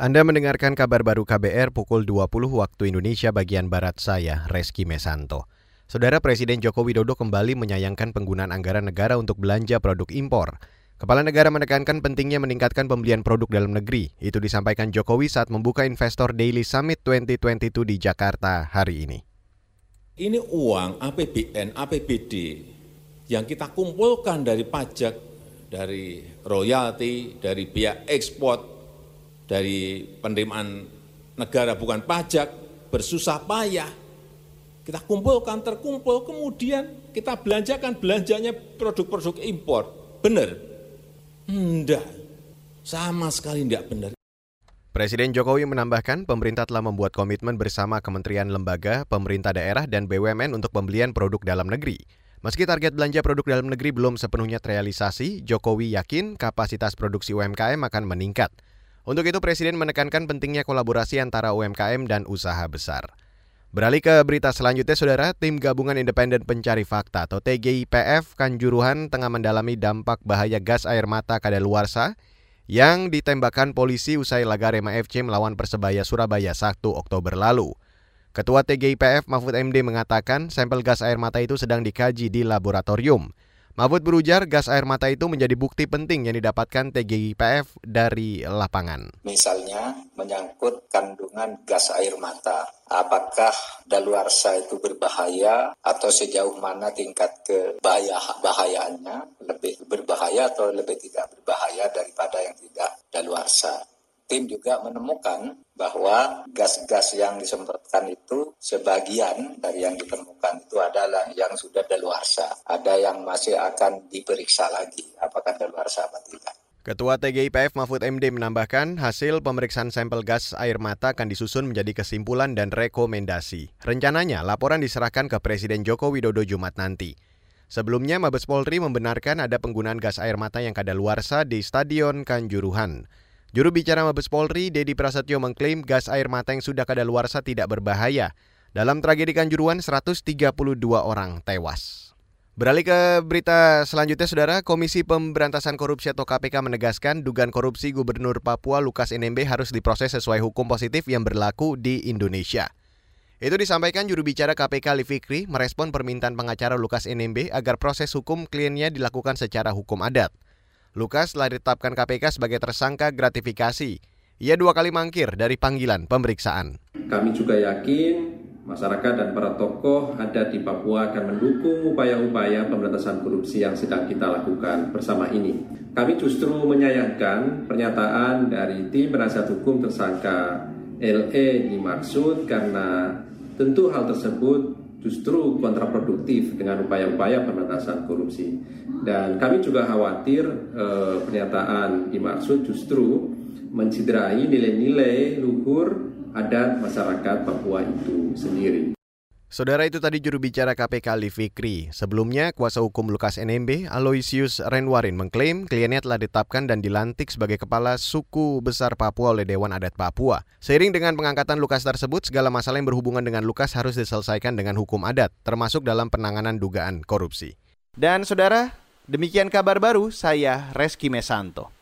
Anda mendengarkan kabar baru KBR pukul 20 waktu Indonesia bagian Barat, saya, Reski Mesanto. Saudara Presiden Joko Widodo kembali menyayangkan penggunaan anggaran negara untuk belanja produk impor. Kepala negara menekankan pentingnya meningkatkan pembelian produk dalam negeri. Itu disampaikan Jokowi saat membuka Investor Daily Summit 2022 di Jakarta hari ini. Ini uang APBN, APBD yang kita kumpulkan dari pajak, dari royalti, dari biaya ekspor, dari penerimaan negara bukan pajak, bersusah payah. Kita kumpulkan, terkumpul, kemudian kita belanjakan, belanjanya produk-produk impor. Benar? Enggak. Sama sekali enggak benar. Presiden Jokowi menambahkan pemerintah telah membuat komitmen bersama kementerian lembaga, pemerintah daerah, dan BUMN untuk pembelian produk dalam negeri. Meski target belanja produk dalam negeri belum sepenuhnya terrealisasi, Jokowi yakin kapasitas produksi UMKM akan meningkat. Untuk itu, Presiden menekankan pentingnya kolaborasi antara UMKM dan usaha besar. Beralih ke berita selanjutnya, Saudara, Tim Gabungan Independen Pencari Fakta atau TGIPF Kanjuruhan tengah mendalami dampak bahaya gas air mata kadaluarsa yang ditembakkan polisi usai laga Arema FC melawan Persebaya Surabaya 1 Oktober lalu. Ketua TGIPF Mahfud MD mengatakan sampel gas air mata itu sedang dikaji di laboratorium. Mahfud berujar gas air mata itu menjadi bukti penting yang didapatkan TGIPF dari lapangan. Misalnya menyangkut kandungan gas air mata. Apakah daluarsa itu berbahaya atau sejauh mana tingkat kebahayaannya, lebih berbahaya atau lebih tidak berbahaya daripada yang tidak daluarsa. Tim juga menemukan bahwa gas-gas yang disemprotkan itu sebagian dari yang ditemukan itu adalah yang sudah daluarsa. Ada yang masih akan diperiksa lagi apakah daluarsa atau tidak. Ketua TGIPF Mahfud MD menambahkan hasil pemeriksaan sampel gas air mata akan disusun menjadi kesimpulan dan rekomendasi. Rencananya laporan diserahkan ke Presiden Joko Widodo Jumat nanti. Sebelumnya Mabes Polri membenarkan ada penggunaan gas air mata yang kadaluarsa di Stadion Kanjuruhan. Juru bicara Mabes Polri, Dedi Prasetyo mengklaim gas air mata yang sudah kadaluarsa tidak berbahaya. Dalam tragedi Kanjuruhan, 132 orang tewas. Beralih ke berita selanjutnya, Saudara, Komisi Pemberantasan Korupsi atau KPK menegaskan dugaan korupsi Gubernur Papua Lukas NMB harus diproses sesuai hukum positif yang berlaku di Indonesia. Itu disampaikan juru bicara KPK Ali Fikri merespon permintaan pengacara Lukas NMB agar proses hukum kliennya dilakukan secara hukum adat. Lukas telah ditetapkan KPK sebagai tersangka gratifikasi. Ia 2 kali mangkir dari panggilan pemeriksaan. Kami juga yakin masyarakat dan para tokoh adat di Papua akan mendukung upaya-upaya pemberantasan korupsi yang sedang kita lakukan bersama ini. Kami justru menyayangkan pernyataan dari tim penasihat hukum tersangka LE dimaksud karena tentu hal tersebut justru kontraproduktif dengan upaya-upaya pemberantasan korupsi. Dan kami juga khawatir pernyataan dimaksud justru menciderai nilai-nilai luhur adat masyarakat Papua itu sendiri. Saudara, itu tadi juru bicara KPK Ali Fikri. Sebelumnya, kuasa hukum Lukas NMB, Aloysius Renwarin, mengklaim kliennya telah ditetapkan dan dilantik sebagai kepala suku besar Papua oleh Dewan Adat Papua. Seiring dengan pengangkatan Lukas tersebut, segala masalah yang berhubungan dengan Lukas harus diselesaikan dengan hukum adat, termasuk dalam penanganan dugaan korupsi. Dan saudara, demikian kabar baru, saya Reski Mesanto.